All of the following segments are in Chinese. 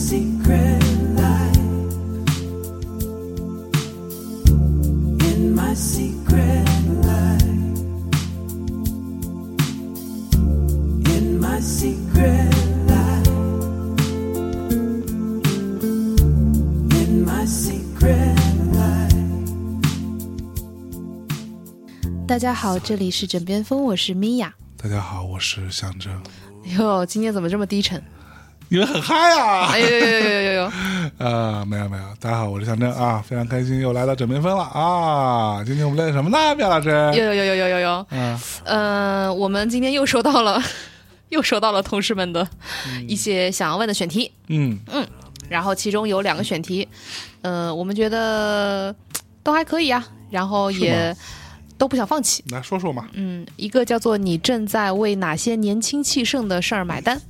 secret life, in my secret life, in my secret life, in my secret life。 大家好，这里是枕边风，我是米娅。 大家好，我是象征。 哟，今天怎么这么低沉？ 因为很嗨啊！ 哎呦呦呦呦呦呦！ 没有，大家好，我是象征啊，非常开心又来到枕边风了啊！今天我们练什么呢，苗老师？ 有，我们今天又收到了同事们的一些想要问的选题，然后其中有2个选题，我们觉得都还可以啊，然后也都不想放弃。 来说说嘛。 一个叫做你正在为哪些年轻气盛的事儿买单？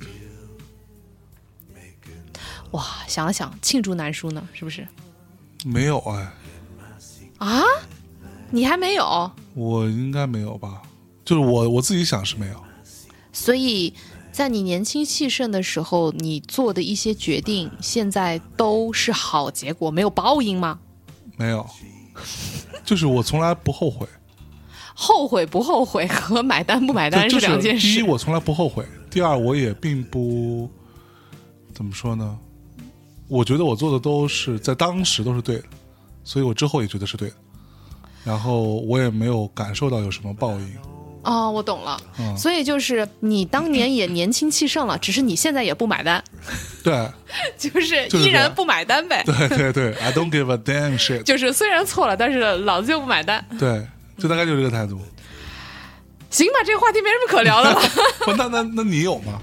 哇，想了想，罄竹难书呢，是不是？ 没有哎。 啊？你还没有？ 我应该没有吧？就是我自己想是没有。 所以在你年轻气盛的时候，你做的一些决定，现在都是好结果，没有报应吗？ 没有，就是我从来不后悔。 后悔不后悔和买单不买单是2件事。 第一，我从来不后悔；第二，我也并不怎么说呢？我觉得我做的都是在当时都是对的，所以我之后也觉得是对的。然后我也没有感受到有什么报应。 哦，我懂了。所以就是你当年也年轻气盛了，只是你现在也不买单。 对， 就是依然不买单呗。 对 I don't give a damn shit。 就是虽然错了，但是老子就不买单。 对，就大概就是这个态度。 行吧，这个话题没什么可聊的了。 不，那你有吗？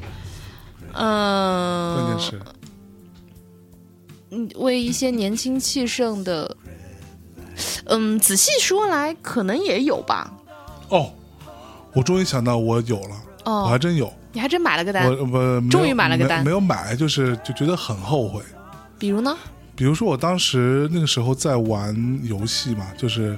关键是为一些年轻气盛的，仔细说来可能也有吧。 哦，我终于想到我有了。我还真有。 你还真买了个单？ 我终于买了个单。 没有买，就觉得很后悔。 比如呢？ 比如说我当时那个时候在玩游戏嘛，就是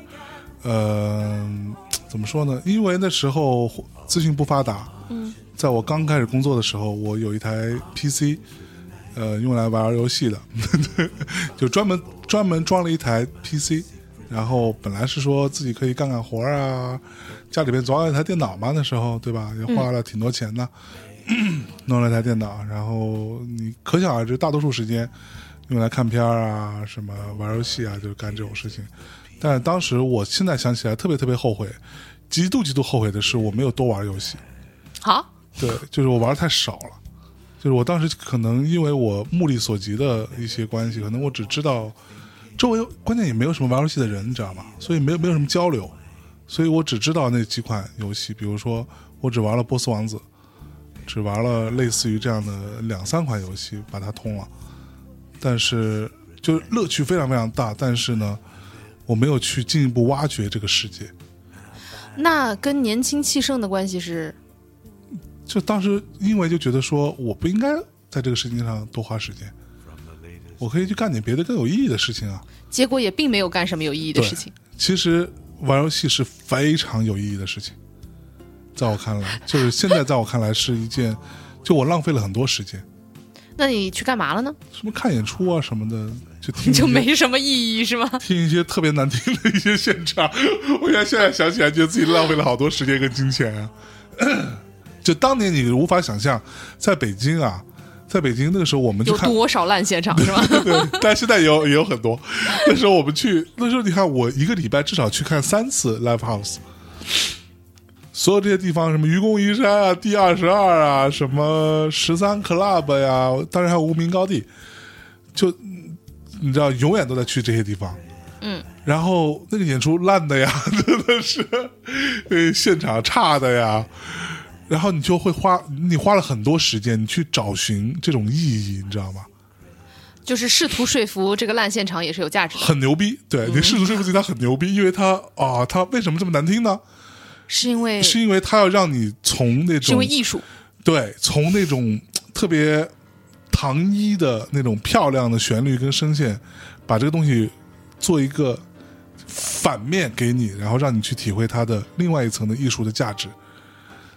怎么说呢？因为那时候资讯不发达。在我刚开始工作的时候，我有一台 PC， 用来玩游戏的，就专门装了一台 PC。然后本来是说自己可以干活啊，家里边总要一台电脑嘛，那时候对吧？也花了挺多钱的，弄了一台电脑，然后你可想而知，大多数时间用来看片啊，什么玩游戏啊，就干这种事情。但是当时我现在想起来特别后悔，极度后悔的是我没有多玩游戏。 好， 对，就是我玩的太少了。就是我当时可能因为我目力所及的一些关系，可能我只知道周围，关键也没有什么玩游戏的人，你知道吗？所以没有什么交流，所以我只知道那几款游戏。比如说我只玩了波斯王子，只玩了类似于这样的2-3款游戏把它通了，但是就乐趣非常非常大，但是呢我没有去进一步挖掘这个世界。 那跟年轻气盛的关系是？ 就当时因为就觉得说我不应该在这个事情上多花时间，我可以去干点别的更有意义的事情啊。 结果也并没有干什么有意义的事情。 其实玩游戏是非常有意义的事情，在我看来，就是现在在我看来是一件，就我浪费了很多时间。 那你去干嘛了呢？ 什么看演出啊什么的， 就没什么意义是吗？ 听一些特别难听的一些现场，我现在想起来觉得自己浪费了好多时间跟金钱啊。就当年你无法想象，在北京那个时候我们去看有多少烂现场是吧？ 对，但现在也有很多。那时候我们去，那时候你看我一个礼拜至少去看3次 live house， 所有这些地方，什么愚公移山啊、第22啊、什么13 club 呀，当然还有无名高地，就你知道永远都在去这些地方。然后那个演出烂的呀，真的是现场差的呀。然后你就会花了很多时间，你去找寻这种意义，你知道吗？ 就是试图说服这个烂现场也是有价值的， 很牛逼。对，你试图说服自己他很牛逼，因为他为什么这么难听呢？是因为他要让你从那种，是因为艺术， 对，从那种特别唐一的那种漂亮的旋律跟声线，把这个东西做一个反面给你，然后让你去体会它的另外一层的艺术的价值。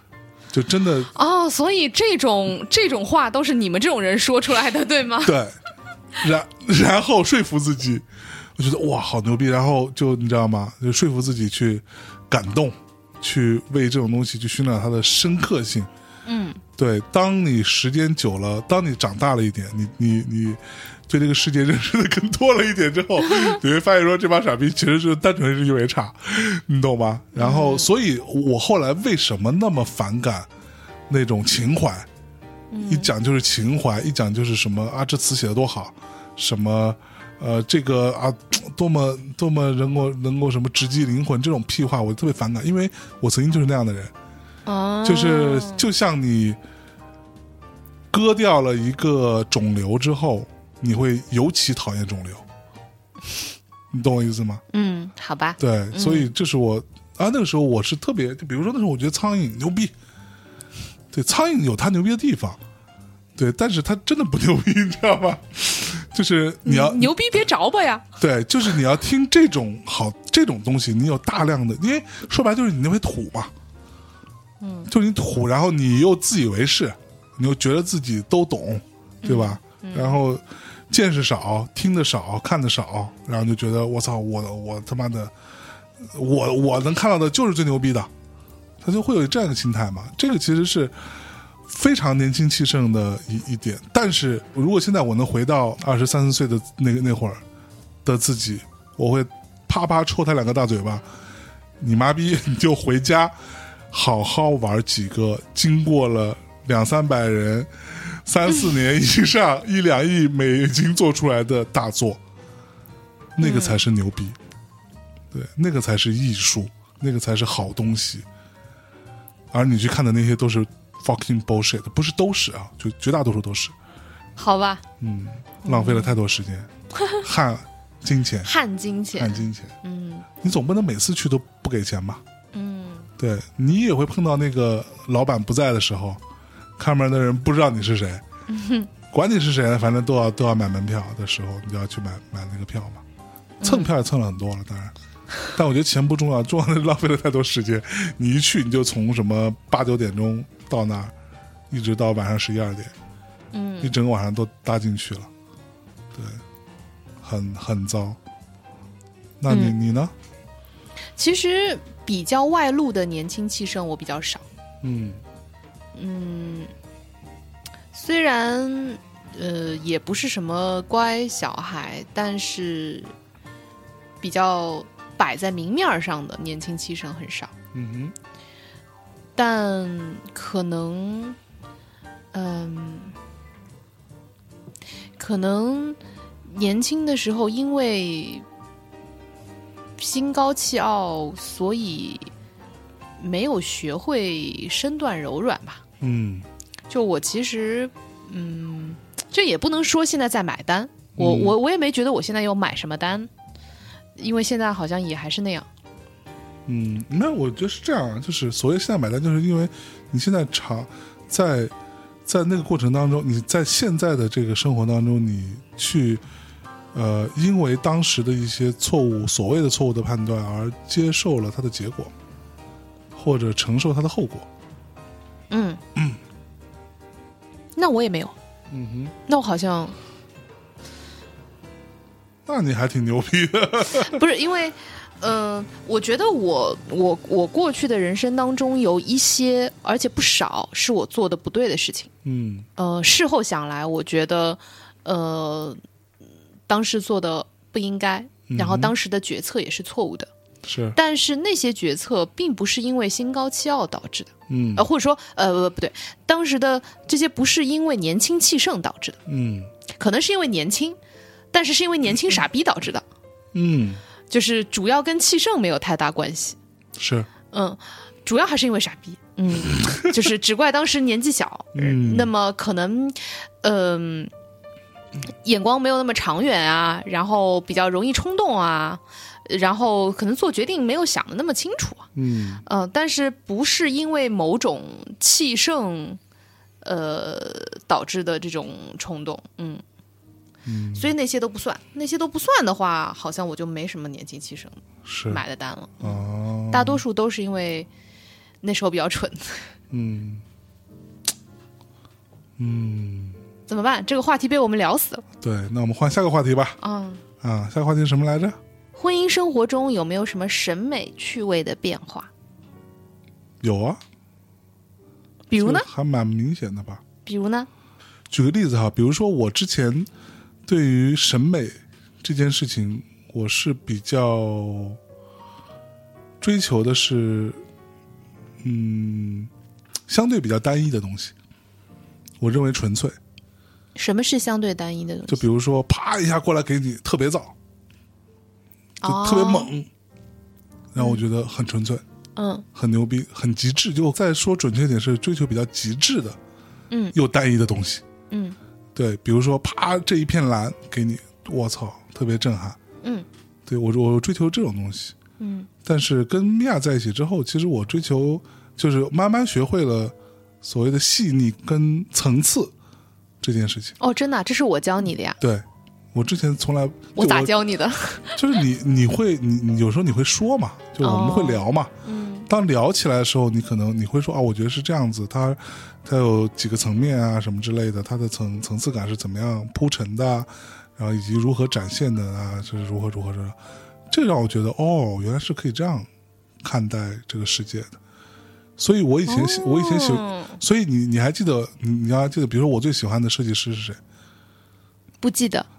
就真的所以这种话都是你们这种人说出来的，对吗？ 对， 然后说服自己，我觉得哇好牛逼，然后就你知道吗？就说服自己去感动，去为这种东西去寻找它的深刻性。对，当你时间久了，当你长大了一点，你对这个世界认识的更多了一点之后，你会发现说这帮傻逼其实是单纯是因为差，你懂吗？然后，所以我后来为什么那么反感那种情怀？一讲就是情怀，一讲就是什么啊，这词写的多好，什么这个啊，多么能够什么直击灵魂，这种屁话我特别反感，因为我曾经就是那样的人。就是就像你割掉了一个肿瘤之后，你会尤其讨厌肿瘤，你懂我意思吗？ 好吧。 对，所以这是我那个时候我是特别，就比如说那时候我觉得苍蝇牛逼，对，苍蝇有它牛逼的地方，对，但是它真的不牛逼，你知道吗？就是你要牛逼别着吧呀。 对，就是你要听这种东西，你有大量的，因为说白了就是你那会土嘛。就你土，然后你又自以为是，你又觉得自己都懂，对吧？然后见识少，听得少，看得少，然后就觉得我操，我他妈的，我能看到的就是最牛逼的，他就会有这样一个心态嘛。这个其实是非常年轻气盛的一点。但是如果现在我能回到23、24岁的那会儿的自己，我会啪啪抽他2个大嘴巴，你妈逼，你就回家。好好玩几个经过了200-300人3、4年以上1、2亿美金做出来的大作，那个才是牛逼，对，那个才是艺术，那个才是好东西。而你去看的那些都是 fucking bullshit， 不是都是啊，就绝大多数都是。 好吧。 浪费了太多时间，汗金钱。你总不能每次去都不给钱吧？对，你也会碰到那个老板不在的时候，看门的人不知道你是谁，管你是谁，反正都要买门票的时候，你就要去买那个票嘛。蹭票也蹭了很多了，当然，但我觉得钱不重要，重要的是浪费了太多时间。你一去你就从什么8、9点钟到那儿，一直到晚上11、12点，一整个晚上都搭进去了，对，很糟。那你呢？ 其实比较外露的年轻气盛我比较少。虽然也不是什么乖小孩，但是比较摆在明面上的年轻气盛很少。但可能年轻的时候因为心高气傲，所以没有学会身段柔软吧。就我其实这也不能说现在在买单，我也没觉得我现在有买什么单，因为现在好像也还是那样。 那我觉得是这样，就是所谓现在买单，就是因为你现在在那个过程当中，你在现在的这个生活当中，你去因为当时的一些所谓的错误的判断而接受了它的结果，或者承受它的后果。 那我也没有。那我好像， 那你还挺牛逼的。 不是因为我觉得我过去的人生当中有一些，而且不少是我做的不对的事情。事后想来，我觉得当时做的不应该，然后当时的决策也是错误的。 是， 但是那些决策并不是因为心高气傲导致的。或者说不对，当时的这些不是因为年轻气盛导致的。可能是因为年轻，但是因为年轻傻逼导致的。就是主要跟气盛没有太大关系。 是， 主要还是因为傻逼。就是只怪当时年纪小。那么可能眼光没有那么长远啊，然后比较容易冲动啊，然后可能做决定没有想的那么清楚啊。但是不是因为某种气盛导致的这种冲动。所以那些都不算，那些都不算的话，好像我就没什么年轻气盛买的单了。大多数都是因为那时候比较蠢。 怎么办？这个话题被我们聊死了。 对，那我们换下个话题吧。下个话题是什么来着？ 婚姻生活中有没有什么审美趣味的变化？ 有啊。 比如呢？ 还蛮明显的吧。 比如呢？ 举个例子哈，比如说我之前对于审美这件事情，我是比较追求的是相对比较单一的东西，我认为纯粹。 什么是相对单一的东西？ 就比如说啪一下过来给你特别早，就特别猛，然后我觉得很纯粹，很牛逼，很极致。就再说准确一点，是追求比较极致的，又单一的东西，对，比如说啪这一片蓝给你，我操，特别震撼，对，我追求这种东西，但是跟米娅在一起之后，其实我追求就是慢慢学会了所谓的细腻跟层次这件事情。 哦，真的，这是我教你的呀？ 对，我之前从来我咋教你的？ 就是你有时候你会说嘛，就我们会聊嘛，当聊起来的时候，你可能你会说啊，我觉得是这样子，它有几个层面啊什么之类的，它的层次感是怎么样铺陈的，然后以及如何展现的啊，这是如何这让我觉得哦，原来是可以这样看待这个世界的。所以我以前喜欢，所以你还记得你还记得，比如说我最喜欢的设计师是谁？ 不记得。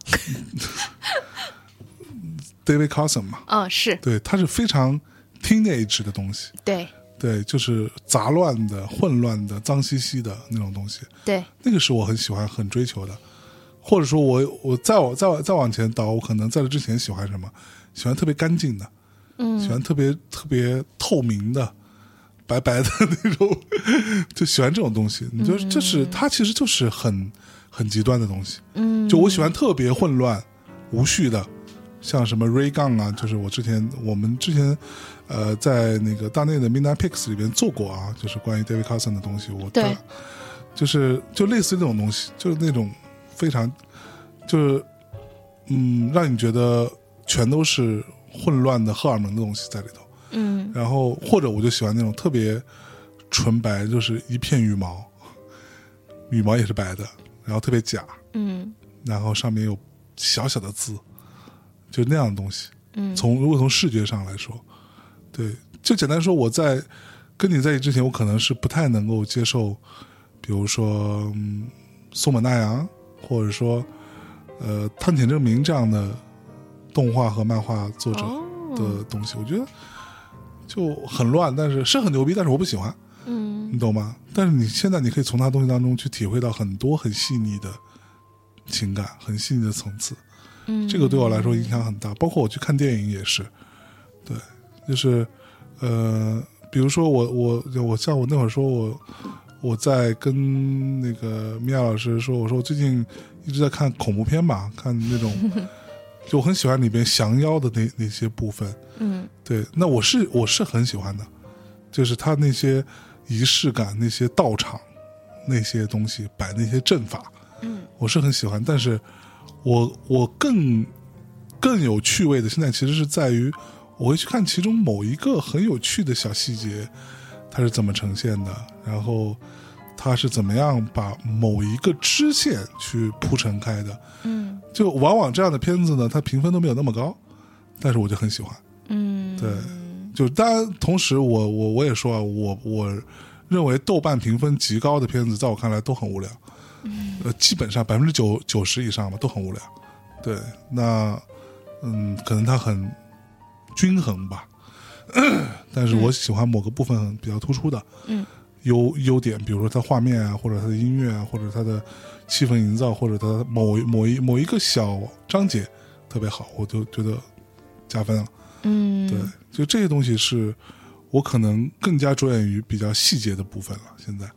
David Carson 嘛， 是， 对，他是非常 teenage 的东西，对，就是杂乱的、混乱的、脏兮兮的那种东西， 对， 那个是我很喜欢、很追求的。或者说我再往前倒，我可能在这之前喜欢什么？喜欢特别干净的，喜欢特别透明的、白白的那种，就喜欢这种东西。你就是它其实就是很极端的东西。就我喜欢特别混乱、无序的。像什么 Ray Gun 啊，就是我们之前在那个大内的 Midnight Picks 里边做过啊，就是关于 David Carson 的东西， 对， 就类似于那种东西，就是那种非常就是让你觉得全都是混乱的荷尔蒙的东西在里头，然后或者我就喜欢那种特别纯白，就是一片羽毛也是白的，然后特别假，然后上面有小小的字。就那样的东西，如果从视觉上来说，对，就简单说，我在跟你在一起之前，我可能是不太能够接受，比如说松本大洋，或者说汤浅政明这样的动画和漫画作者的东西，我觉得就很乱，但是很牛逼，但是我不喜欢，你懂吗？但是你现在你可以从他东西当中去体会到很多很细腻的情感，很细腻的层次。这个对我来说影响很大，包括我去看电影也是，对，就是比如说我像我那会儿说我在跟那个米娅老师说，我说我最近一直在看恐怖片嘛，看那种就我很喜欢里边降妖的那些部分，对，那我是很喜欢的，就是他那些仪式感，那些道场那些东西摆那些阵法，我是很喜欢，但是我更有趣味的现在其实是在于我会去看其中某一个很有趣的小细节它是怎么呈现的，然后它是怎么样把某一个支线去铺陈开的，就往往这样的片子呢它评分都没有那么高，但是我就很喜欢，对，就当然同时我也说啊，我认为豆瓣评分极高的片子在我看来都很无聊，基本上90%以上吧，都很无聊。对，那可能它很均衡吧，但是我喜欢某个部分比较突出的，优点，比如说它画面啊，或者它的音乐啊，或者它的气氛营造，或者它某一个小章节特别好，我就觉得加分了。对，就这些东西是我可能更加着眼于比较细节的部分了。现在，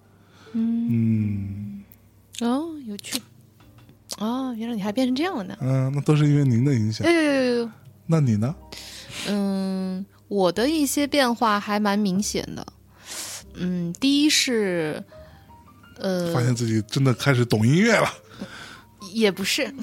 有趣。原来你还变成这样了呢。 那都是因为您的影响。那你呢？ 我的一些变化还蛮明显的。第一是， 发现自己真的开始懂音乐了。 也不是。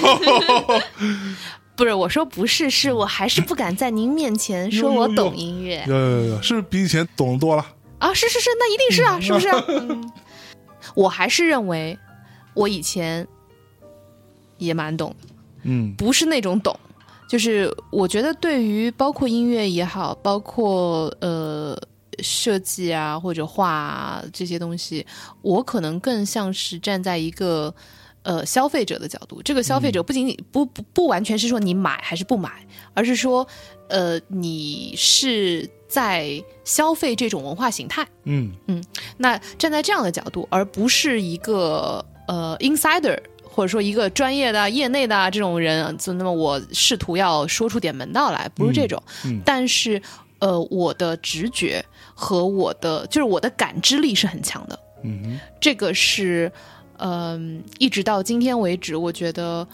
不是，我说不是，是我还是不敢在您面前说我懂音乐。 是比以前懂得多了。 是，那一定是啊，是不是？我还是认为， 我以前也蛮懂的，不是那种懂，就是我觉得对于包括音乐也好，包括设计啊或者画啊这些东西，我可能更像是站在一个消费者的角度。这个消费者不仅仅不完全是说你买还是不买，而是说你是在消费这种文化形态。那站在这样的角度，而不是一个insider 或者说一个专业的业内的这种人，那么我试图要说出点门道来，不是这种。但是我的直觉和我的感知力是很强的。这个是一直到今天为止，我觉得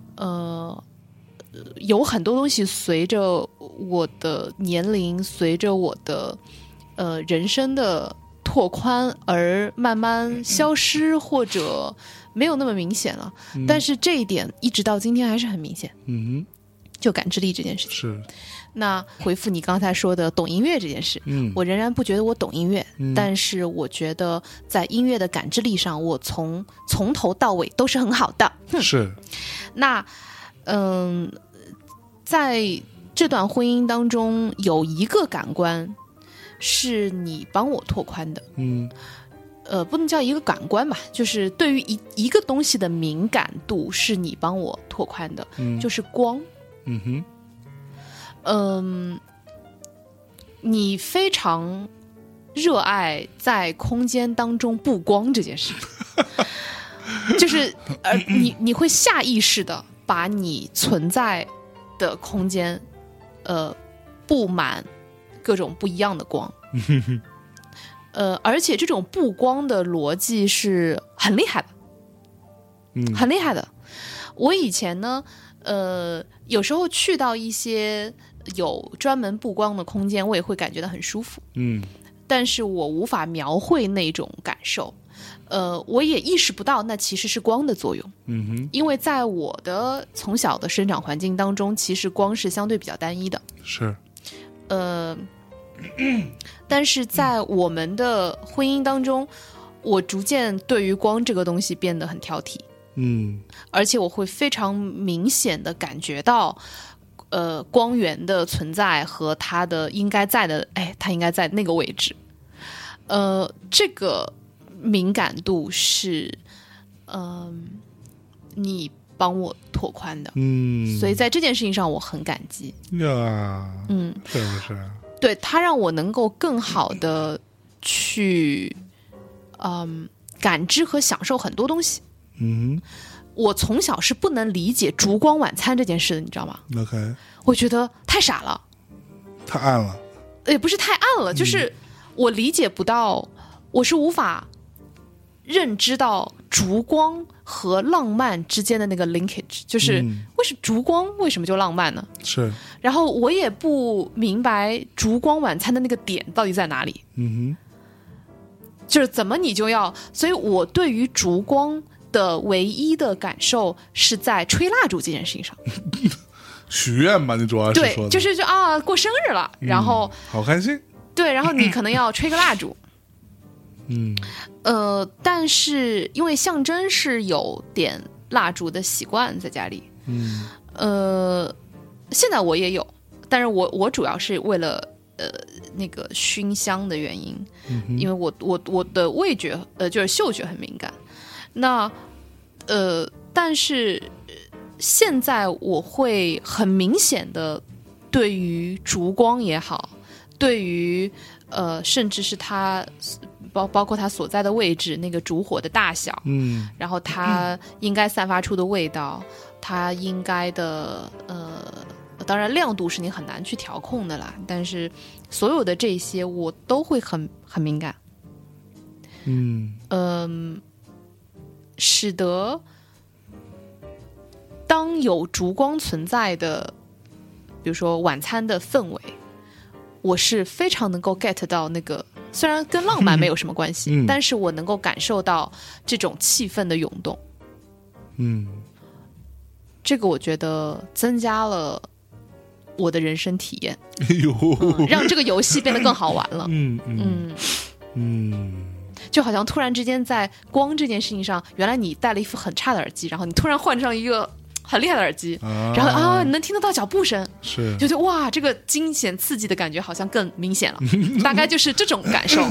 有很多东西随着我的年龄，随着我的人生的拓宽而慢慢消失，或者没有那么明显了。但是这一点一直到今天还是很明显。就感知力这件事情。 是。 那回复你刚才说的懂音乐这件事，我仍然不觉得我懂音乐，但是我觉得在音乐的感知力上，我从头到尾都是很好的。 是。那在这段婚姻当中，有一个感官是你帮我拓宽的。不能叫一个感官吧，就是对于一个东西的敏感度是你帮我拓宽的，就是光。你非常热爱在空间当中布光这件事，就是你会下意识的把你存在的空间布满各种不一样的光。而且这种布光的逻辑是很厉害的，很厉害的。我以前呢有时候去到一些有专门布光的空间，我也会感觉到很舒服。但是我无法描绘那种感受。我也意识不到那其实是光的作用。因为在我的从小的生长环境当中，其实光是相对比较单一的。 是。 但是在我们的婚姻当中，我逐渐对于光这个东西变得很挑剔。而且我会非常明显的感觉到光源的存在和它的应该在的，它应该在那个位置。这个敏感度是你帮我拓宽的。所以在这件事情上我很感激呀。是不是？ 对，它让我能够更好的去感知和享受很多东西。我从小是不能理解烛光晚餐这件事的，你知道吗？ OK。 我觉得太傻了， 太暗了。 也不是太暗了，就是我理解不到，我是无法认知到烛光和浪漫之间的那个 linkage， 就是烛光为什么就浪漫呢？ 是。 然后我也不明白烛光晚餐的那个点到底在哪里。就是怎么你就要，所以我对于烛光的唯一的感受是在吹蜡烛这件事情上。 许愿吧，你主要是说的。 对，就是过生日了，然后好开心。 对，然后你可能要吹个蜡烛。但是因为象征是有点蜡烛的习惯在家里。现在我也有，但是我主要是为了那个熏香的原因。因为我的味觉就是嗅觉很敏感。那但是现在我会很明显的对于烛光也好，对于甚至是它包括它所在的位置，那个烛火的大小，然后它应该散发出的味道，它应该的当然亮度是你很难去调控的啦，但是所有的这些我都会很敏感。使得当有烛光存在的，比如说晚餐的氛围，我是非常能够 get 到那个，虽然跟浪漫没有什么关系，但是我能够感受到这种气氛的涌动。这个我觉得增加了我的人生体验。 就好像突然之间在光这件事情上，原来你戴了一副很差的耳机，然后你突然换上一个很厉害的耳机，然后你能听得到脚步声， 是就觉得哇，这个惊险刺激的感觉好像更明显了，大概就是这种感受。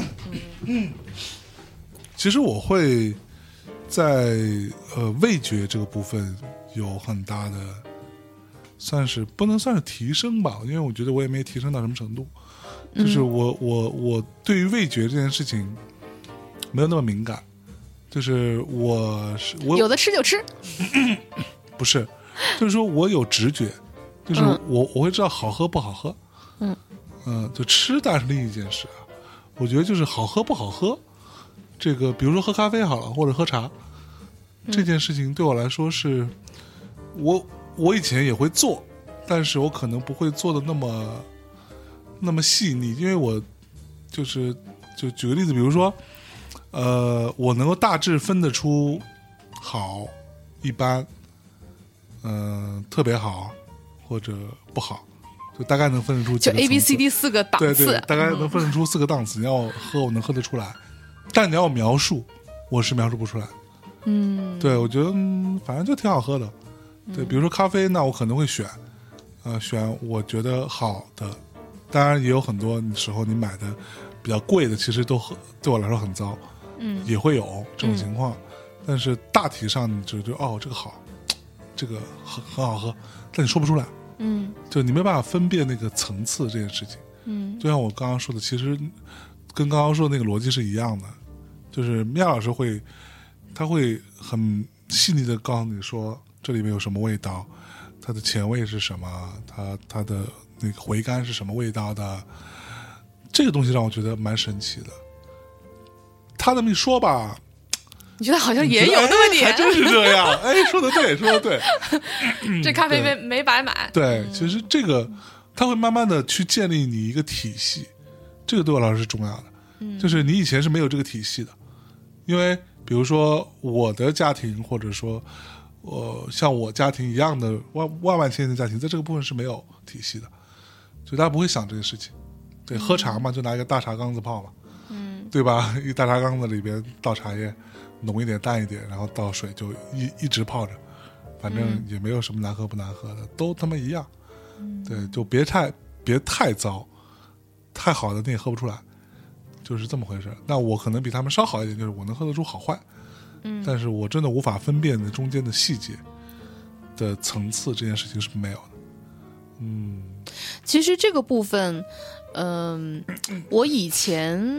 其实我会在味觉这个部分有很大的，不能算是提升吧，因为我觉得我也没提升到什么程度，就是我对于味觉这件事情没有那么敏感，就是我有的吃就吃， 不是，就是说我有直觉，就是我会知道好喝不好喝，就吃当然是另一件事啊。我觉得就是好喝不好喝，这个比如说喝咖啡好了，或者喝茶，这件事情对我来说是，我以前也会做，但是我可能不会做的那么细腻，因为我就举个例子，比如说，我能够大致分得出好、一般，特别好或者不好，就大概能分得出几个层次， 就 ABCD 4个档次， 对，大概能分得出4个档次。你要我喝，我能喝得出来，但你要我描述，我是描述不出来。对，我觉得反正就挺好喝的。对，比如说咖啡，那我可能会选我觉得好的，当然也有很多时候你买的比较贵的，其实都对我来说很糟，也会有这种情况。但是大体上你就这个好，这个很好喝，但你说不出来。就你没办法分辨那个层次这件事情。就像我刚刚说的，其实跟刚刚说的那个逻辑是一样的，就是米娅老师他会很细腻的告诉你说这里面有什么味道，它的前味是什么，它的那个回甘是什么味道的，这个东西让我觉得蛮神奇的。他这么一说吧， 你觉得好像也有那么点， 还真是这样。哎，说的对， 这咖啡没白买。 对，其实这个它会慢慢的去建立你一个体系，这个对我来说是重要的。就是你以前是没有这个体系的，因为比如说我的家庭，或者说像我家庭一样的万千的家庭，在这个部分是没有体系的，所以大家不会想这个事情。对，喝茶嘛，就拿一个大茶缸子泡嘛，对吧？一大茶缸子里边倒茶叶，浓一点淡一点，然后倒水就一直泡着，反正也没有什么难喝不难喝的，都他妈一样。对，就别太糟，太好的你也喝不出来，就是这么回事。那我可能比他们稍好一点，就是我能喝得出好坏，但是我真的无法分辨的中间的细节的层次，这件事情是没有的。 其实这个部分，我以前，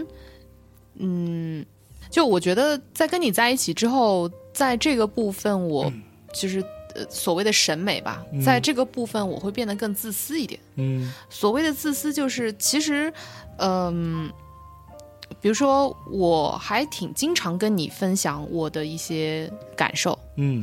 就我觉得在跟你在一起之后，在这个部分我就是所谓的审美吧，在这个部分我会变得更自私一点。所谓的自私就是其实，比如说我还挺经常跟你分享我的一些感受，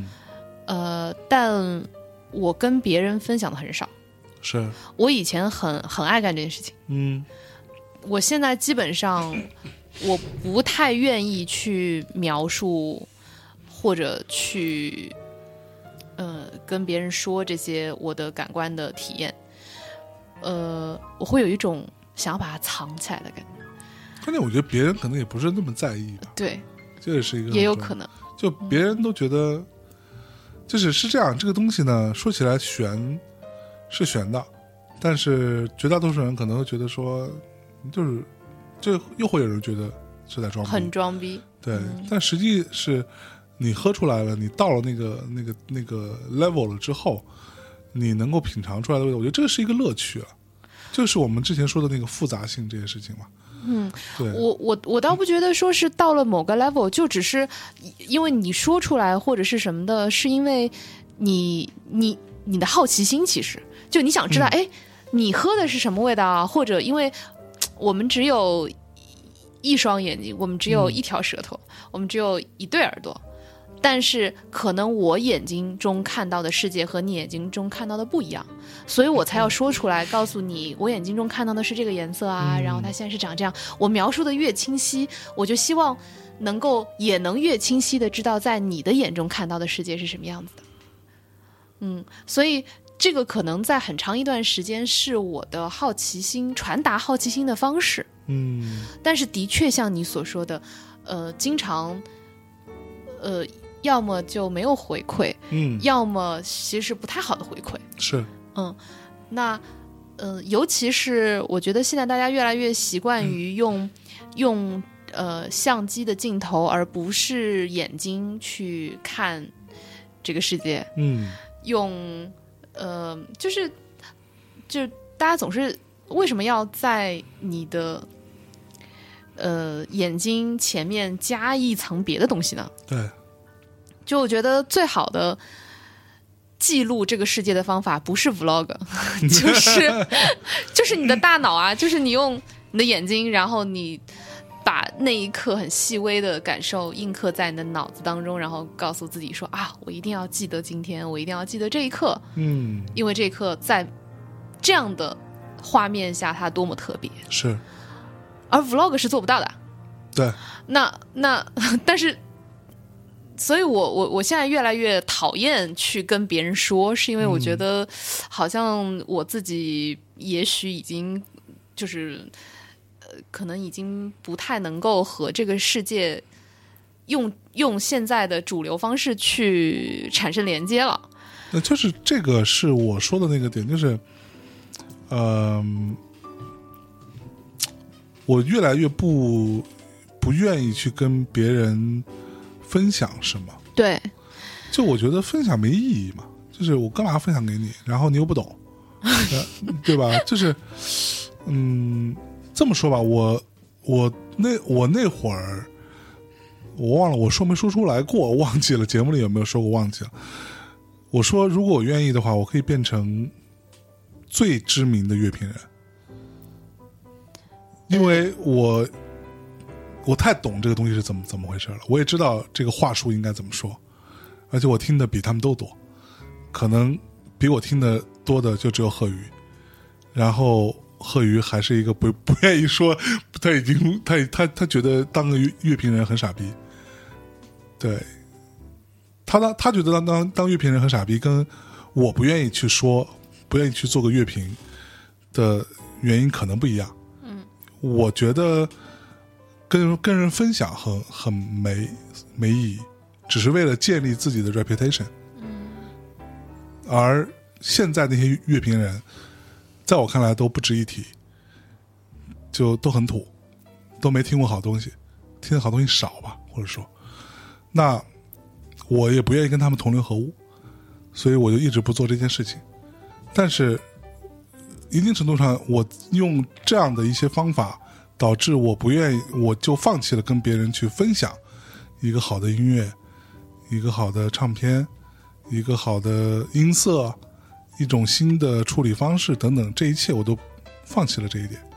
但我跟别人分享的很少。 是我以前很爱干这件事情，我现在基本上我不太愿意去描述或者去跟别人说这些我的感官的体验，我会有一种想要把它藏起来的感觉。 关键我觉得别人可能也不是那么在意吧。 对， 这也是一个也有可能， 就别人都觉得是这样，这个东西呢说起来悬是悬的，但是绝大多数人可能会觉得说就又会有人觉得是在装逼， 很装逼。 对，但实际是你喝出来了，你到了那个 level 了之后，你能够品尝出来的味道，我觉得这是一个乐趣了，就是我们之前说的那个复杂性这件事情嘛。对， 我倒不觉得说是到了某个 level 就只是因为你说出来或者是什么的，是因为你的好奇心，其实就你想知道，你喝的是什么味道啊？或者因为我们只有一双眼睛，我们只有一条舌头，我们只有一对耳朵，但是可能我眼睛中看到的世界和你眼睛中看到的不一样，所以我才要说出来告诉你，我眼睛中看到的是这个颜色啊，然后它现在是长这样。我描述的越清晰，我就希望也能越清晰的知道在你的眼中看到的世界是什么样子的。所以这个可能在很长一段时间是我的好奇心传达好奇心的方式。但是的确像你所说的， 经常要么就没有回馈，要么其实不太好的回馈。 是， 那尤其是我觉得现在大家越来越习惯于用相机的镜头，而不是眼睛去看这个世界。用就是大家总是为什么要在你的眼睛前面加一层别的东西呢？ 对， 就我觉得最好的记录这个世界的方法不是 vlog 就是你的大脑啊，就是你用你的眼睛，然后你把那一刻很细微的感受印刻在你的脑子当中，然后告诉自己说啊，我一定要记得今天，我一定要记得这一刻，因为这一刻在这样的画面下它多么特别。 是， 而 vlog 是做不到的。 对， 那但是所以我现在越来越讨厌去跟别人说，是因为我觉得好像我自己也许已经就是可能已经不太能够和这个世界用现在的主流方式去产生连接了。 那就是这个是我说的那个点，就是我越来越不愿意去跟别人分享什么。 对， 就我觉得分享没意义嘛，就是我干嘛分享给你，然后你又不懂对吧？就是这么说吧，我那会儿我忘了我说没说出来过，我忘记了节目里有没有说过，忘记了。我说如果我愿意的话，我可以变成最知名的乐评人，因为我太懂这个东西是怎么回事了，我也知道这个话术应该怎么说，而且我听的比他们都多，可能比我听的多的就只有贺宇，然后贺宇还是一个不愿意说，他已经他觉得当个乐评人很傻逼，对，他觉得当乐评人很傻逼，跟我不愿意去说，不愿意去做个乐评的原因可能不一样。我觉得跟人分享很没意义，只是为了建立自己的 reputation。而现在那些乐评人，在我看来都不值一提，就都很土，都没听过好东西，听的好东西少吧，或者说，那我也不愿意跟他们同流合污，所以我就一直不做这件事情。但是一定程度上，我用这样的一些方法导致我不愿意，我就放弃了跟别人去分享一个好的音乐，一个好的唱片，一个好的音色，一种新的处理方式等等，这一切我都放弃了这一点。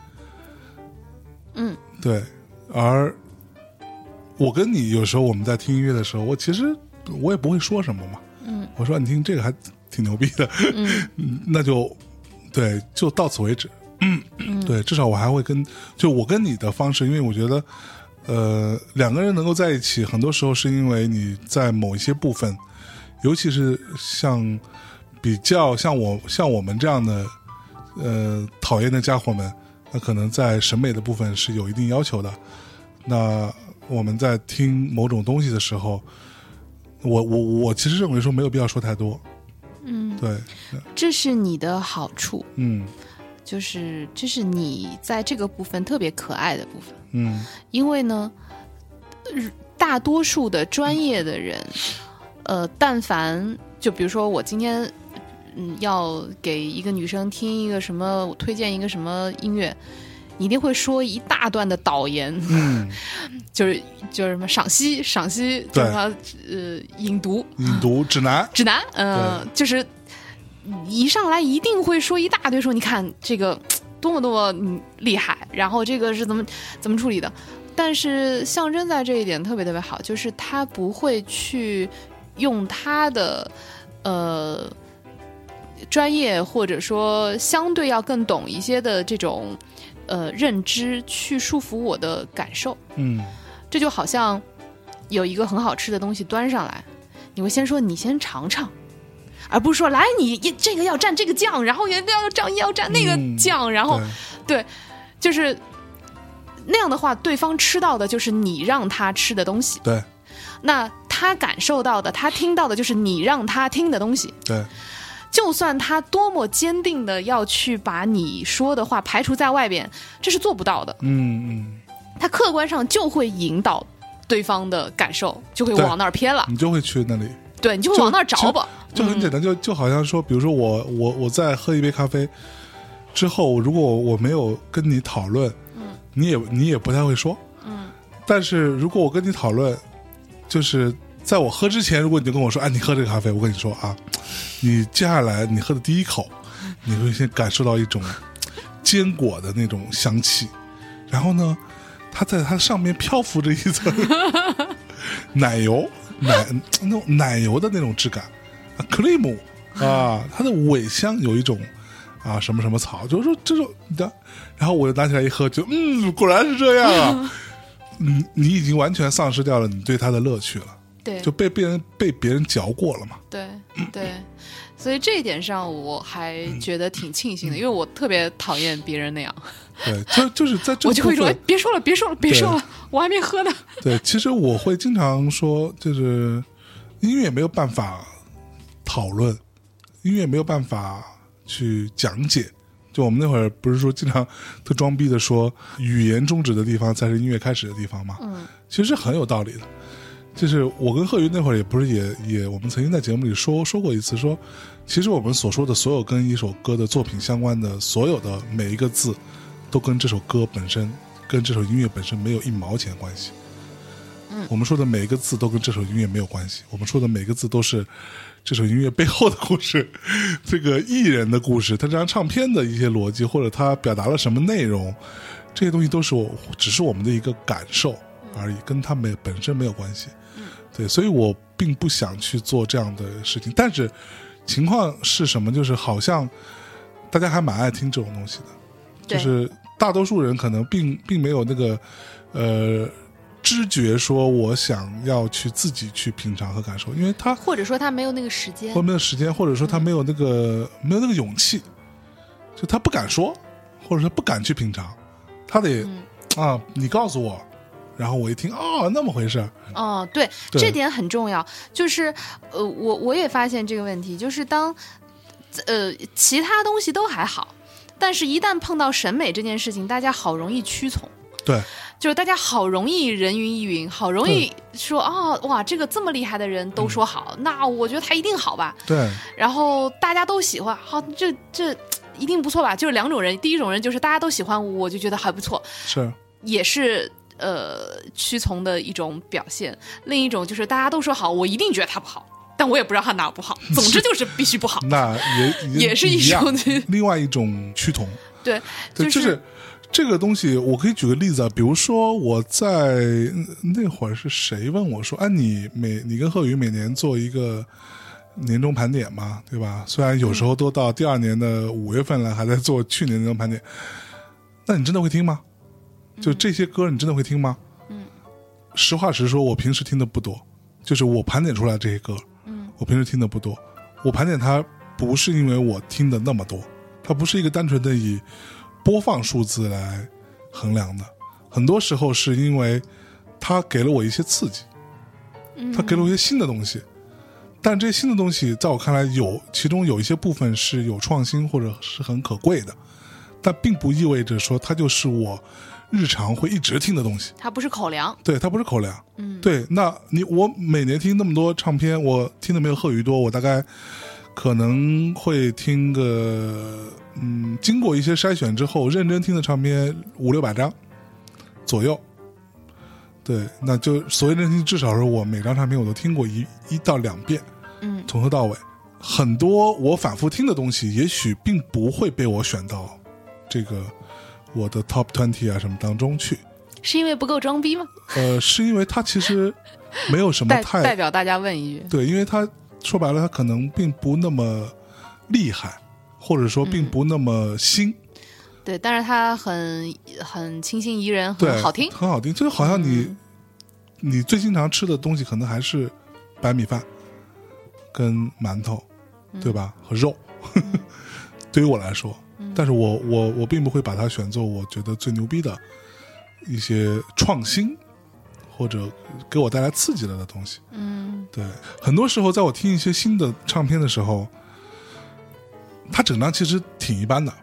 对。而我跟你有时候我们在听音乐的时候，其实我也不会说什么嘛。我说你听这个还挺牛逼的，那就对，就到此为止。对，至少我还会就我跟你的方式，因为我觉得两个人能够在一起，很多时候是因为你在某一些部分，尤其是比较像我们这样的讨厌的家伙们，那可能在审美的部分是有一定要求的。那我们在听某种东西的时候，我其实认为说没有必要说太多。对， 这是你的好处。就是这是你在这个部分特别可爱的部分。因为呢，大多数的专业的人，但凡就比如说我今天要给一个女生听一个什么，我推荐一个什么音乐，你一定会说一大段的导言。就是什么赏析，就是他引读指南， 就是一上来一定会说一大堆，说你看这个多么厉害，然后这个是怎么处理的。但是象征在这一点特别特别好，就是他不会去用他的专业或者说相对要更懂一些的这种认知去束缚我的感受。这就好像有一个很好吃的东西端上来，你会先说你先尝尝，而不是说来你这个要蘸这个酱，然后要蘸那个酱，然后对，就是那样的话，对方吃到的就是你让他吃的东西。 对。 那他感受到的，他听到的就是你让他听的东西。 对。 就算他多么坚定的要去把你说的话排除在外边，这是做不到的。他客观上就会引导对方的感受，就会往那儿偏了， 你就会去那里。 对，你就会往那儿找吧。 就很简单，就好像说，比如说我在喝一杯咖啡之后，如果我没有跟你讨论，你也不太会说。但是如果我跟你讨论，就是在我喝之前，如果你就跟我说，哎，你喝这个咖啡，我跟你说啊，你接下来你喝的第一口，你会先感受到一种坚果的那种香气，然后呢，它在它上面漂浮着一层奶油，那种奶油的那种质感，cream 啊，它的尾香有一种啊什么什么草，就是说这种的，然后我就拿起来一喝，就果然是这样啊。你已经完全丧失掉了你对它的乐趣了， 对， 就被别人嚼过了嘛。 对对，所以这一点上我还觉得挺庆幸的，因为我特别讨厌别人那样。 对，就是在这我就会说，别说了，我还没喝呢。 对，其实我会经常说，就是音乐没有办法讨论，音乐没有办法去讲解。就我们那会儿不是说经常特装逼的说语言终止的地方才是音乐开始的地方吗？其实很有道理的。就是我跟贺云那会儿也不是也我们曾经在节目里说过一次，说其实我们所说的所有跟一首歌的作品相关的所有的每一个字，都跟这首歌本身跟这首音乐本身没有一毛钱关系。我们说的每一个字都跟这首音乐没有关系，我们说的每个字都是这首音乐背后的故事，这个艺人的故事，他这张唱片的一些逻辑，或者他表达了什么内容，这些东西都是只是我们的一个感受而已，跟他们本身没有关系。对，所以我并不想去做这样的事情。但是情况是什么？就是好像大家还蛮爱听这种东西的，就是大多数人可能并没有那个知觉说我想要去自己去品尝和感受，因为他或者说他没有那个时间， 或者说他没有那个勇气，就他不敢说，或者说不敢去品尝，他得你告诉我，然后我一听那么回事。 对，这点很重要。就是我也发现这个问题，就是当其他东西都还好，但是一旦碰到审美这件事情，大家好容易屈从。 对， 就是大家好容易人云亦云，好容易说哇，这个这么厉害的人都说好，那我觉得他一定好吧。 对， 然后大家都喜欢，好，这一定不错吧。就是两种人，第一种人就是大家都喜欢，我就觉得还不错， 是也是屈从的一种表现。另一种就是大家都说好，我一定觉得他不好，但我也不知道他哪不好，总之就是必须不好。 那也是一种另外一种趋同。 对， 就是这个东西，我可以举个例子啊，比如说我在那会儿是谁问我说，你跟贺宇每年做一个年终盘点嘛，对吧？虽然有时候都到第二年的5月份了，还在做去年的年终盘点，那你真的会听吗？就这些歌你真的会听吗？实话实说，我平时听的不多，就是我盘点出来这些歌，我平时听的不多。我盘点它不是因为我听的那么多，它不是一个单纯的以播放数字来衡量的，很多时候是因为它给了我一些刺激，它给了我一些新的东西，但这些新的东西在我看来其中有一些部分是有创新或者是很可贵的，但并不意味着说它就是我日常会一直听的东西， 它不是口粮。 对，它不是口粮。对，那我每年听那么多唱片，我听的没有贺宇多，我大概可能会听个经过一些筛选之后认真听的唱片500-600张左右。对，那就所谓认真听，至少是我每张唱片我都听过1到2遍，从头到尾。很多我反复听的东西也许并不会被我选到这个我的 top 20啊什么当中去。 是因为不够装逼吗？ 是因为它其实没有什么太代表大家问一句。 对，因为它说白了它可能并不那么厉害，或者说并不那么新。 对，但是它很清新宜人，很好听， 很好听。就好像你最经常吃的东西可能还是白米饭跟馒头，对吧？和肉。对于我来说，但是我并不会把它选作我觉得最牛逼的一些创新或者给我带来刺激了的东西。对，很多时候在我听一些新的唱片的时候，它整张其实挺一般的。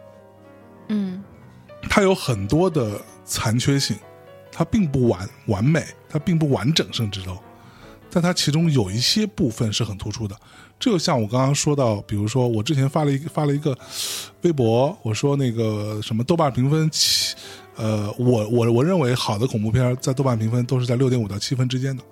它有很多的残缺性，它并不完美，它并不完整，甚至都，但它其中有一些部分是很突出的。这就像我刚刚说到，比如说我之前发了一个微博，我说那个什么豆瓣评分我认为好的恐怖片在豆瓣评分都是在6.5到7分之间的。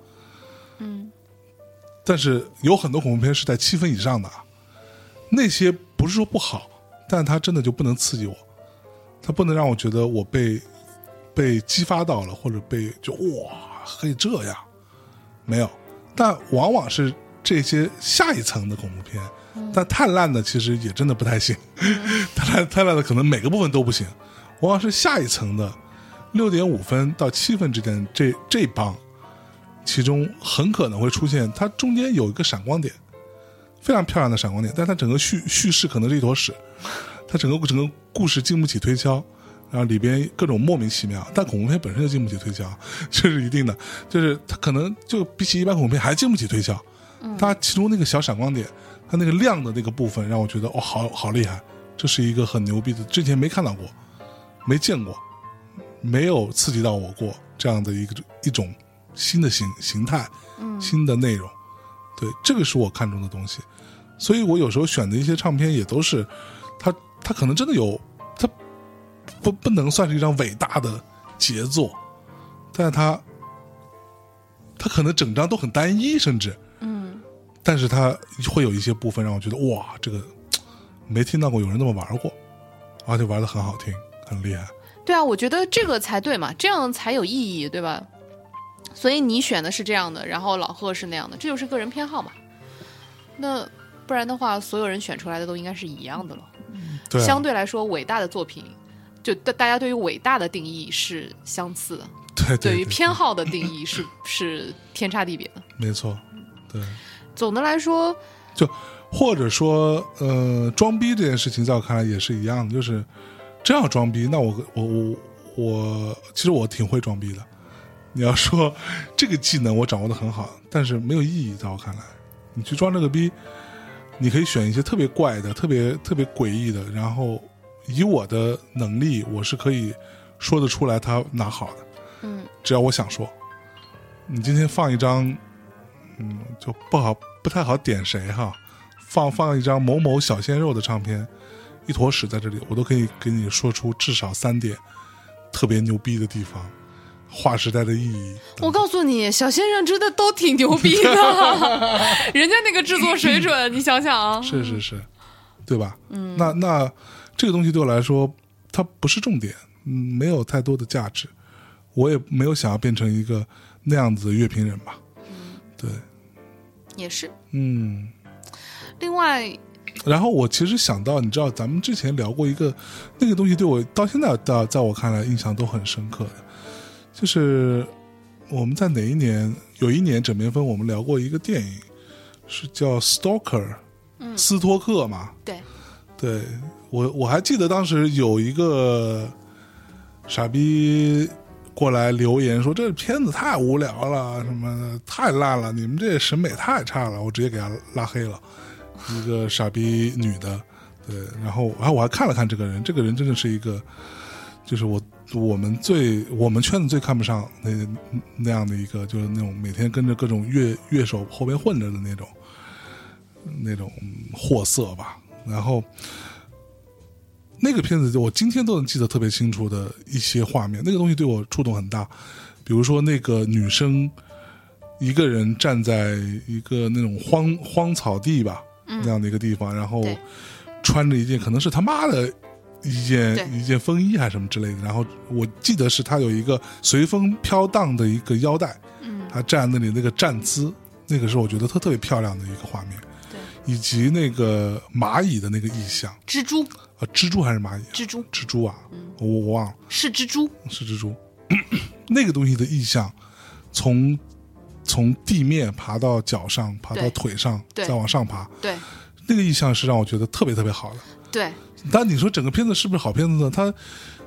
但是有很多恐怖片是在7分以上的，那些不是说不好，但它真的就不能刺激我，它不能让我觉得我被激发到了，或者哇可以这样，没有。但往往是这些下一层的恐怖片，但太烂的其实也真的不太行，太烂的可能每个部分都不行，往往是下一层的6.5分到7分之间这帮，其中很可能会出现它中间有一个闪光点，非常漂亮的闪光点，但它整个叙事可能是一坨屎，它整个故事经不起推敲，然后里边各种莫名其妙，但恐怖片本身就经不起推敲，这是一定的，就是它可能就比起一般恐怖片还经不起推敲。它其中那个小闪光点，它那个亮的那个部分让我觉得好厉害，这是一个很牛逼的，之前没看到过，没见过，没有刺激到我过这样的一种新的形态，新的内容。对，这个是我看中的东西。所以我有时候选的一些唱片也都是它可能真的有，它不能算是一张伟大的杰作，但是它可能整张都很单一，甚至但是它会有一些部分让我觉得哇，这个没听到过有人那么玩过，而且玩得很好听，很厉害。 对啊，我觉得这个才对嘛，这样才有意义，对吧？所以你选的是这样的，然后老贺是那样的，这就是个人偏好嘛。那不然的话，所有人选出来的都应该是一样的了。 对啊， 相对来说，伟大的作品，就大家对于伟大的定义是相似的， 对， 对于偏好的定义是天差地别的。 没错，对。 总的来说， 就或者说装逼这件事情在我看来也是一样的，就是真要装逼，那我其实我挺会装逼的。你要说这个技能我掌握的很好，但是没有意义，在我看来，你去装这个逼，你可以选一些特别怪的、特别诡异的，然后以我的能力，我是可以说得出来它哪好的。只要我想说。你今天放一张就不太好点谁哈，放一张某某小鲜肉的唱片，一坨屎在这里，我都可以给你说出至少3点特别牛逼的地方，划时代的意义。 我告诉你，小鲜肉真的都挺牛逼的，人家那个制作水准，你想想啊， 是，对吧？那这个东西对我来说，它不是重点，没有太多的价值，我也没有想要变成一个那样子的乐评人吧。对，也是。 另外，然后我其实想到，你知道咱们之前聊过一个那个东西，对我到现在在我看来印象都很深刻的，就是我们在哪一年，有一年枕边风我们聊过一个电影，是叫 Stalker，斯托克嘛。对，我还记得当时有一个傻逼过来留言说这片子太无聊了，什么太烂了，你们这审美太差了，我直接给他拉黑了。一个傻逼女的，对，然后我还看了看这个人真的是一个，就是我们圈子最看不上那样的一个，就是那种每天跟着各种乐手后边混着的那种货色吧。然后那个片子我今天都能记得特别清楚的一些画面，那个东西对我触动很大。比如说那个女生一个人站在一个那种荒草地吧，那样的一个地方，然后穿着一件可能是他妈的一件风衣还是什么之类的，然后我记得是他有一个随风飘荡的一个腰带，他站那里那个站姿，那个是我觉得特别漂亮的一个画面。以及那个蚂蚁的那个意象，蜘蛛还是蚂蚁？蜘蛛啊，我忘了，是蜘蛛那个东西的意象，从地面爬到脚上，爬到腿上，再往上爬，对，那个意象是让我觉得特别特别好的。对，但你说整个片子是不是好片子呢？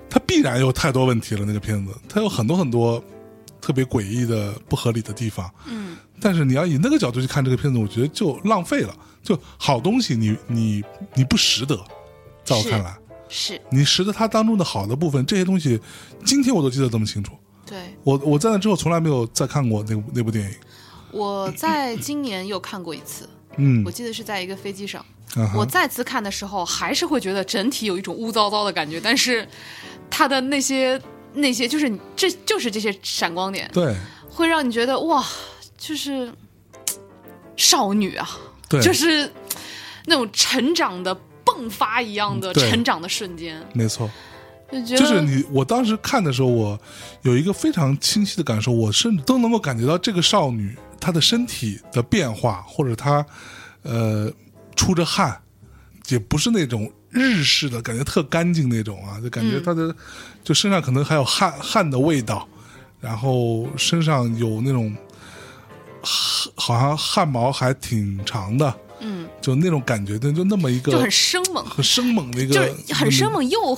它必然有太多问题了。那个片子它有很多很多特别诡异的不合理的地方，但是你要以那个角度去看这个片子，我觉得就浪费了。就好东西你不识得，在我看来是你识得它当中的好的部分，这些东西今天我都记得这么清楚。 对， 我在那之后从来没有再看过那部电影。 我在今年又看过一次，我记得是在一个飞机上，我再次看的时候还是会觉得整体有一种污糟糟的感觉，但是它的那些就是这些闪光点， 对， 会让你觉得哇，就是少女啊， 对， 就是那种成长的迸发一样的成长的瞬间， 没错。 就是我当时看的时候，我有一个非常清晰的感受，我甚至都能够感觉到这个少女她的身体的变化，或者她出着汗，也不是那种日式的感觉特干净那种啊，就感觉她的就身上可能还有汗的味道，然后身上有那种好像汗毛还挺长的。就那种感觉，就那么一个， 就很生猛， 很生猛的一个， 就是很生猛，又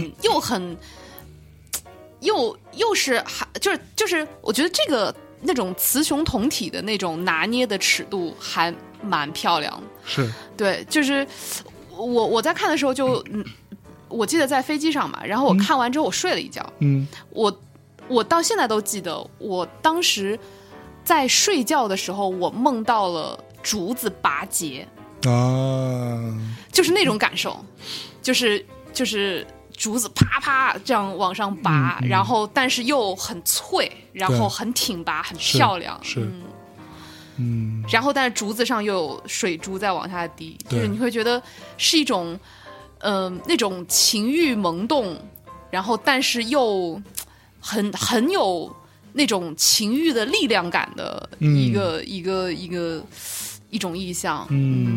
是就是我觉得这个那种雌雄同体的那种拿捏的尺度还蛮漂亮的。 是， 对，就是我在看的时候就，我记得在飞机上嘛，然后我看完之后我睡了一觉，我到现在都记得，我当时在睡觉的时候，我梦到了竹子拔节啊， 就是那种感受，就是竹子啪啪这样往上拔，然后但是又很脆，然后很挺拔，很漂亮， 是， 然后但是竹子上又有水珠在往下滴，就是你会觉得是一种那种情欲萌动，然后但是又很有那种情欲的力量感的一种意象。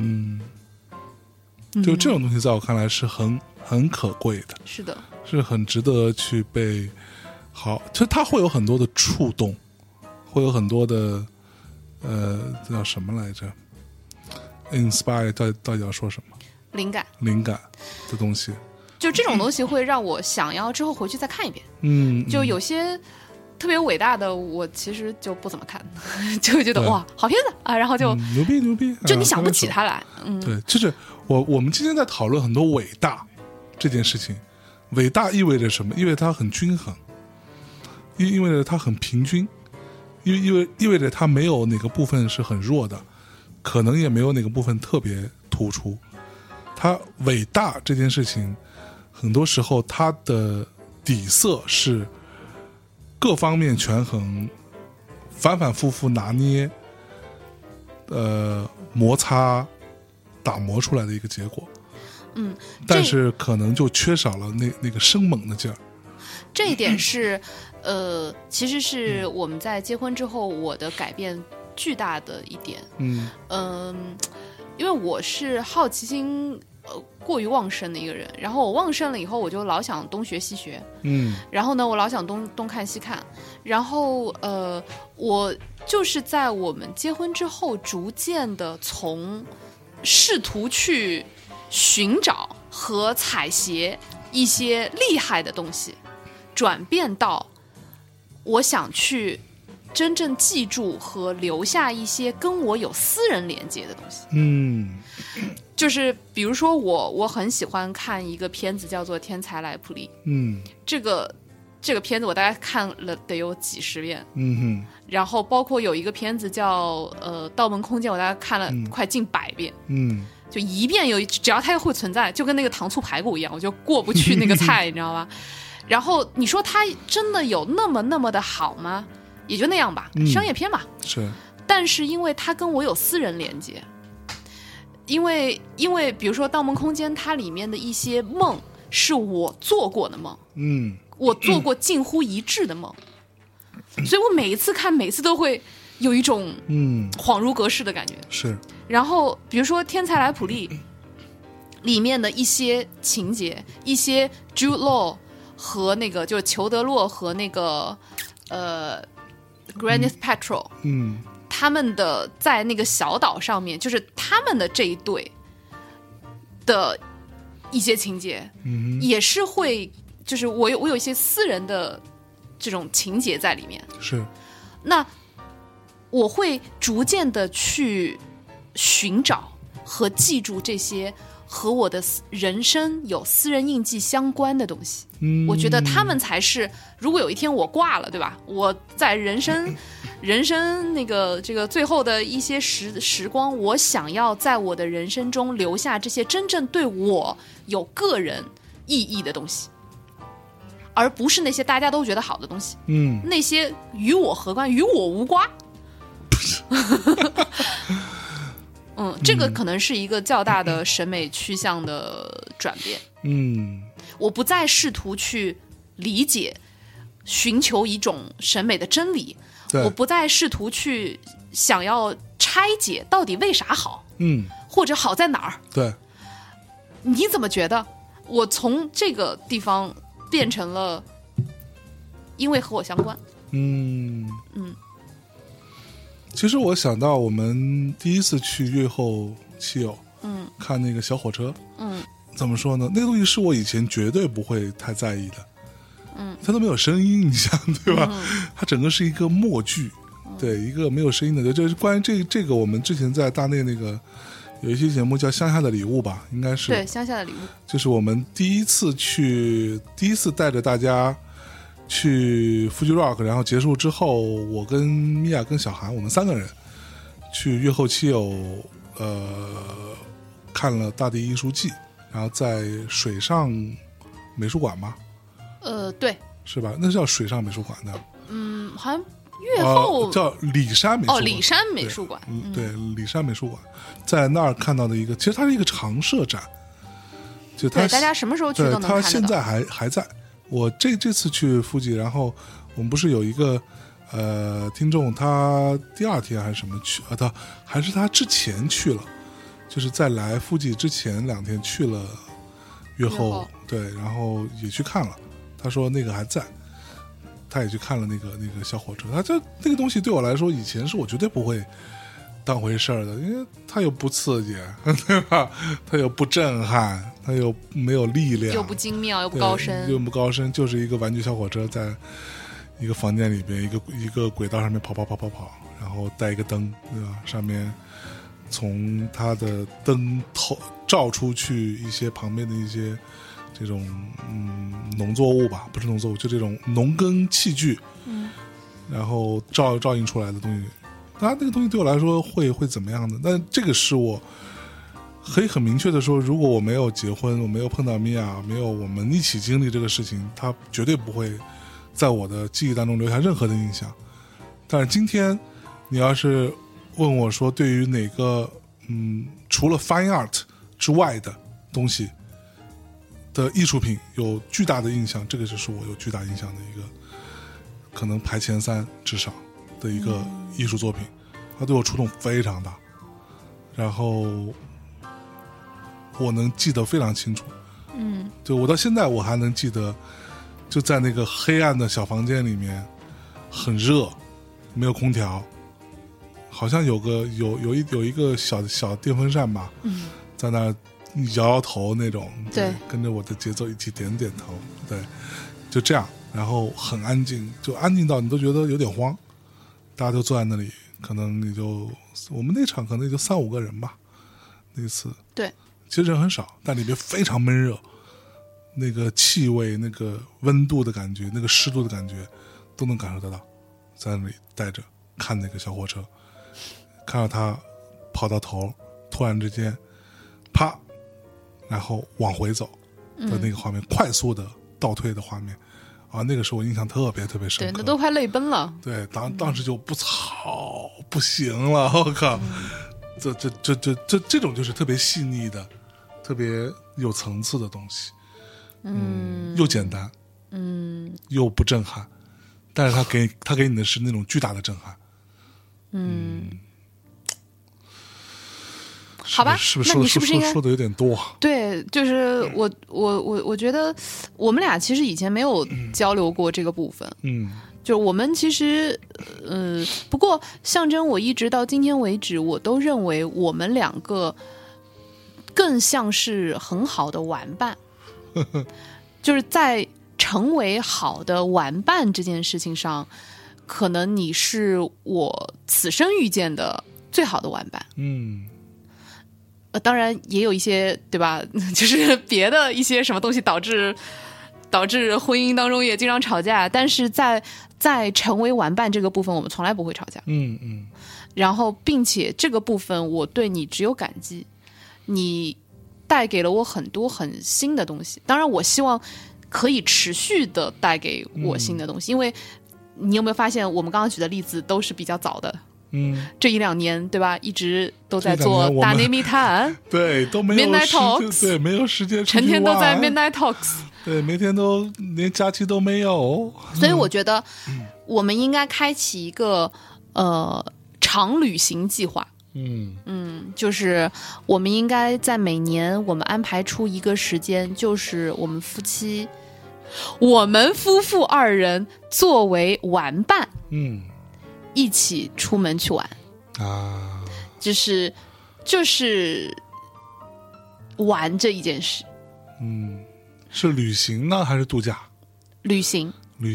就这种东西在我看来是很可贵的， 是的， 是很值得去被好，其实它会有很多的触动，会有很多的这叫什么来着 inspire 到底要说什么，灵感的东西， 就这种东西会让我想要之后回去再看一遍。就有些特别伟大的我其实就不怎么看，就会觉得哇好片子啊，然后就牛逼， 就你想不起它来。 对，就是我们今天在讨论很多伟大这件事情，伟大意味着什么？意味着它很均衡，意味着它很平均，意味着它没有哪个部分是很弱的，可能也没有哪个部分特别突出。它伟大这件事情，很多时候它的底色是各方面权衡，反反复复拿捏，摩擦打磨出来的一个结果。但是可能就缺少了那个生猛的劲儿。 这一点是其实是我们在结婚之后我的改变巨大的一点。因为我是好奇心过于旺盛的一个人，然后我旺盛了以后我就老想东学西学，然后呢我老想东看西看，然后我就是在我们结婚之后逐渐的从试图去寻找和采撷一些厉害的东西，转变到我想去真正记住和留下一些跟我有私人连接的东西。就是比如说我很喜欢看一个片子叫做《天才来普利》。这个片子我大概看了得有几十遍。然后包括有一个片子叫《盗梦空间》，我大概看了快近100遍。就一遍只要它会存在，就跟那个糖醋排骨一样，我就过不去那个菜你知道吧。然后你说它真的有那么的好吗？也就那样吧，商业片吧。 是。 但是因为它跟我有私人连接，因为比如说《盗梦空间》，它里面的一些梦是我做过的梦，我做过近乎一致的梦，所以我每一次看，每次都会有一种恍如隔世的感觉。 是。 然后比如说《天才来普利》里面的一些情节，一些 Jude Law 和那个就是裘德洛和那个Gwyneth Paltrow，他们的在那个小岛上面，就是他们的这一对的一些情节，也是会就是我有一些私人的这种情节在里面， 是， 那我会逐渐的去寻找和记住这些和我的人生有私人印记相关的东西。我觉得他们才是，如果有一天我挂了，对吧？我在人生那个这个最后的一些时光，我想要在我的人生中留下这些真正对我有个人意义的东西，而不是那些大家都觉得好的东西。那些与我何关，与我无瓜。这个可能是一个较大的审美趋向的转变。我不再试图去理解、寻求一种审美的真理，我不再试图去想要拆解到底为啥好，或者好在哪儿。 对， 你怎么觉得？我从这个地方变成了，因为和我相关。 其实我想到我们第一次去越后七友，看那个小火车，怎么说呢？那个东西是我以前绝对不会太在意的，它都没有声音，你想对吧？它整个是一个默剧，对，一个没有声音的。就是关于这个，我们之前在大内那个有一期节目叫《乡下的礼物》吧，应该是对乡下的礼物， 就是我们第一次带着大家去 Fuji Rock， 然后结束之后，我跟米娅跟小韩，我们3个人去越后七友，看了大地艺术季，然后在水上美术馆吧， 对， 是吧？那叫水上美术馆的， 好像越后、 叫里山美术馆， 里山美术馆， 对，里山美术馆，在那儿看到的一个，其实它是一个常设展，就它对大家什么时候去都能看得到。 它现在还在。我这次去富集，然后我们不是有一个听众，他第2天还是什么去他之前去了，就是在来富集之前2天去了越后，对，然后也去看了，他说那个还在，他也去看了那个小火车。他那个东西对我来说，以前是我绝对不会当回事儿的，因为它又不刺激，对吧？它又不震撼，它又没有力量， 又不精妙，又不高深， 就是一个玩具小火车在一个房间里边，一个轨道上面跑，然后带一个灯，对吧？上面从它的灯头照出去一些旁边的一些这种农作物吧，不是农作物，就这种农耕器具，然后照映出来的东西。那个东西对我来说会怎么样呢？但这个是我可以很明确的说，如果我没有结婚，我没有碰到米娅，没有我们一起经历这个事情，它绝对不会在我的记忆当中留下任何的印象。但是今天你要是问我说，对于哪个除了 fine art 之外的东西的艺术品有巨大的印象，这个就是我有巨大印象的一个，可能排前3至少的一个艺术作品，它对我触动非常大，然后我能记得非常清楚。对，我到现在我还能记得，就在那个黑暗的小房间里面，很热，没有空调，好像有一个小电风扇吧，在那摇头那种，对，跟着我的节奏一起点头，对，就这样，然后很安静，就安静到你都觉得有点慌。大家都坐在那里，可能我们那场可能也就3-5个人吧，那次，对，其实人很少，但里面非常闷热，那个气味、那个温度的感觉、那个湿度的感觉都能感受得到。在那里待着看那个小火车，看到他跑到头，突然之间啪，然后往回走的那个画面，快速的倒退的画面啊，那个时候我印象特别深刻， 对，那都快泪奔了。 对，当时就不行了，我靠！这种就是特别细腻的、特别有层次的东西，又简单，又不震撼，但是他给你的是那种巨大的震撼， 好吧， 那你是不是应该说的有点多？对， 就是我觉得我们俩其实以前没有交流过这个部分，就是我们其实不过象征我一直到今天为止，我都认为我们2个更像是很好的玩伴，就是在成为好的玩伴这件事情上，可能你是我此生遇见的最好的玩伴。当然也有一些，对吧？就是别的一些什么东西导致婚姻当中也经常吵架，但是在成为玩伴这个部分，我们从来不会吵架。然后并且这个部分我对你只有感激，你带给了我很多很新的东西。当然我希望可以持续的带给我新的东西，因为你有没有发现我们刚刚举的例子都是比较早的，这1-2年对吧，一直都在做大内密谈， 对，都没有 Midnight Talks， 对，没有时间成天都在 Midnight Talks， 对，每天都连假期都没有。 所以我觉得我们应该开启一个长旅行计划。就是我们应该在每年我们安排出一个时间，就是我们夫妻，我们夫妇2人作为玩伴，一起出门去玩啊， 就是玩这一件事。 是旅行呢还是度假？ 旅行。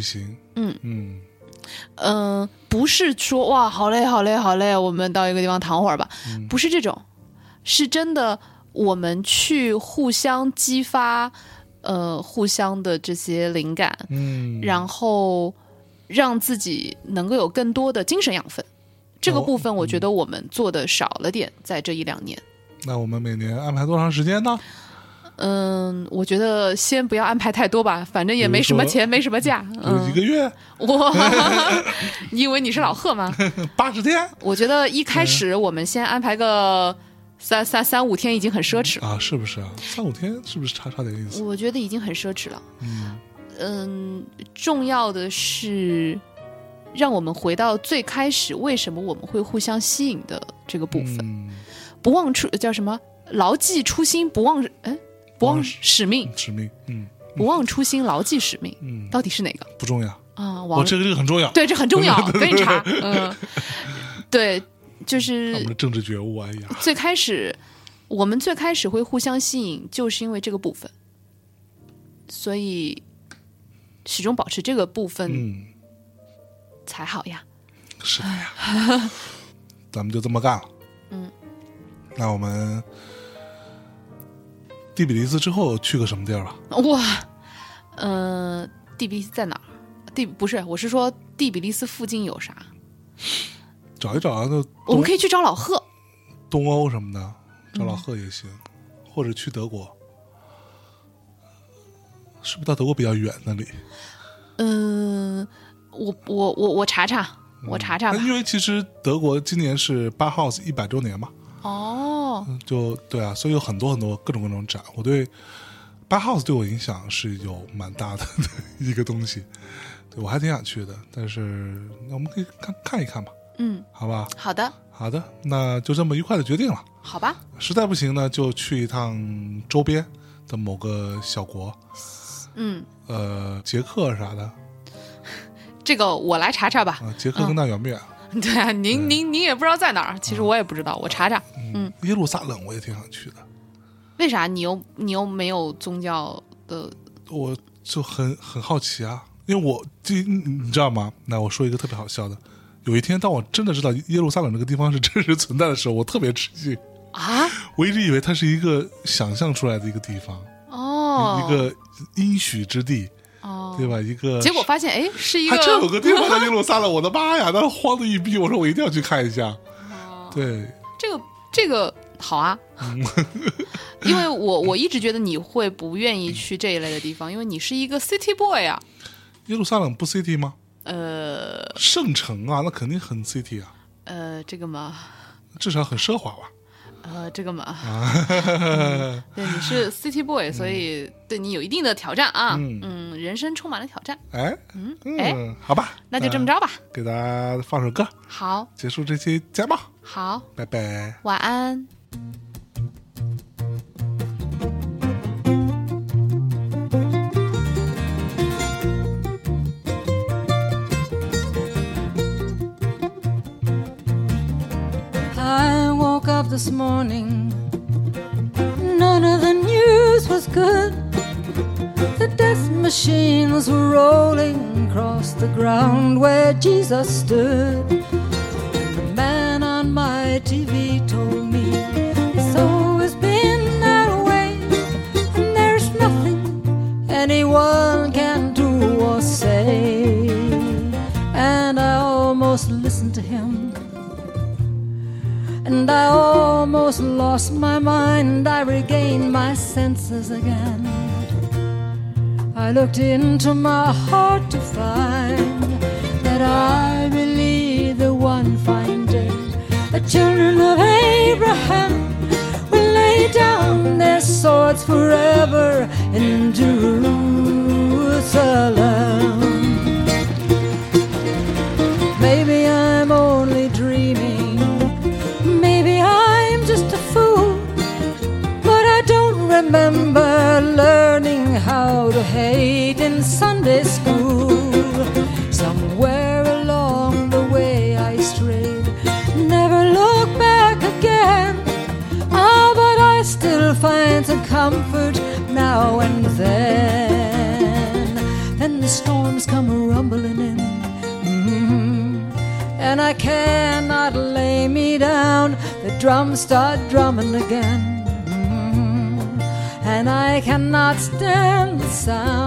不是说哇好累好累好累，我们到一个地方躺会儿吧，不是这种，是真的我们去互相激发互相的这些灵感，然后让自己能够有更多的精神养分。这个部分我觉得我们做的少了点，在这1-2年。那我们每年安排多长时间呢？ 我觉得先不要安排太多吧，反正也没什么钱没什么假。 1个月？ 你以为你是老贺吗 ？80天？ 我觉得一开始我们先安排个3-5天已经很奢侈了啊，是不是啊？3-5天是不是差点意思？ 我觉得已经很奢侈了。重要的是让我们回到最开始为什么我们会互相吸引的这个部分。不忘叫什么？牢记初心，不忘使命。不忘初心，牢记使命。到底是哪个？ 不重要啊。 这个很重要。 对，这很重要。给你查。对，就是我们的政治觉悟。哎呀， 我们最开始会互相吸引，就是因为这个部分，所以始终保持这个部分，才好呀。 是的呀。咱们就这么干了。那我们第比利斯之后去个什么地儿吧？ 哇，第比利斯在哪儿？不是，我是说第比利斯附近有啥？ 找一找啊！ 我们可以去找老贺， 东欧什么的，找老贺也行，或者去德国。是不是到德国比较远那里？ 我查查，吧。 因为其实德国今年是Bauhaus 100周年嘛。就对啊，所以有很多很多各种展。我对 Bauhaus 对我影响是有蛮大的一个东西，对我还挺想去的。但是那我们可以看一看吧。好吧。好的，那就这么愉快的决定了。 好吧。 实在不行呢，就去一趟周边的某个小国。捷克啥的。 这个我来查查吧。 捷克跟那远不远？ 对啊，您也不知道在哪儿，其实我也不知道，我查查。 耶路撒冷我也挺想去的。 为啥？你又没有宗教的？ 我就很好奇啊，因为你知道吗？那我说一个特别好笑的，有一天当我真的知道耶路撒冷这个地方是真实存在的时候，我特别吃惊啊！ 我一直以为它是一个想象出来的一个地方，一个应许之地。对吧？结果发现，是一个， 还真有个地方在耶路撒冷，我的妈呀！那慌的一逼，我说我一定要去看一下。对， 这个好啊，因为我一直觉得你会不愿意去这一类的地方，因为你是一个 city boy 啊。 耶路撒冷不 city 吗？圣城啊，那肯定很 city 啊。 这个嘛， 至少很奢华吧。 这个嘛，对，你是 city boy，所以对你有一定的挑战啊。人生充满了挑战。好吧， 那就这么着吧。 给大家放首歌， 好， 结束这期节目。 好， 拜拜， 晚安。 I woke up this morning, none of the news was good. the death machines were rolling across the ground where Jesus stood. The man on my TV told me it's always been that way, and there's nothing anyone can do or say. And I almost listened to him, and I almost lost my mind. I regained my senses again. I looked into my heart to find that I believe the one fine day the children of Abraham will lay down their swords forever in Jerusalem. Maybe I'm only dreaming, maybe I'm just a fool, but I don't remember learning how to hate in Sunday school. Somewhere along the way I strayed, never look back again. Ah, but I still find some comfort now and then. Then the storms come rumbling in, and I cannot lay me down. The drums start drumming again, and I cannot stand the sound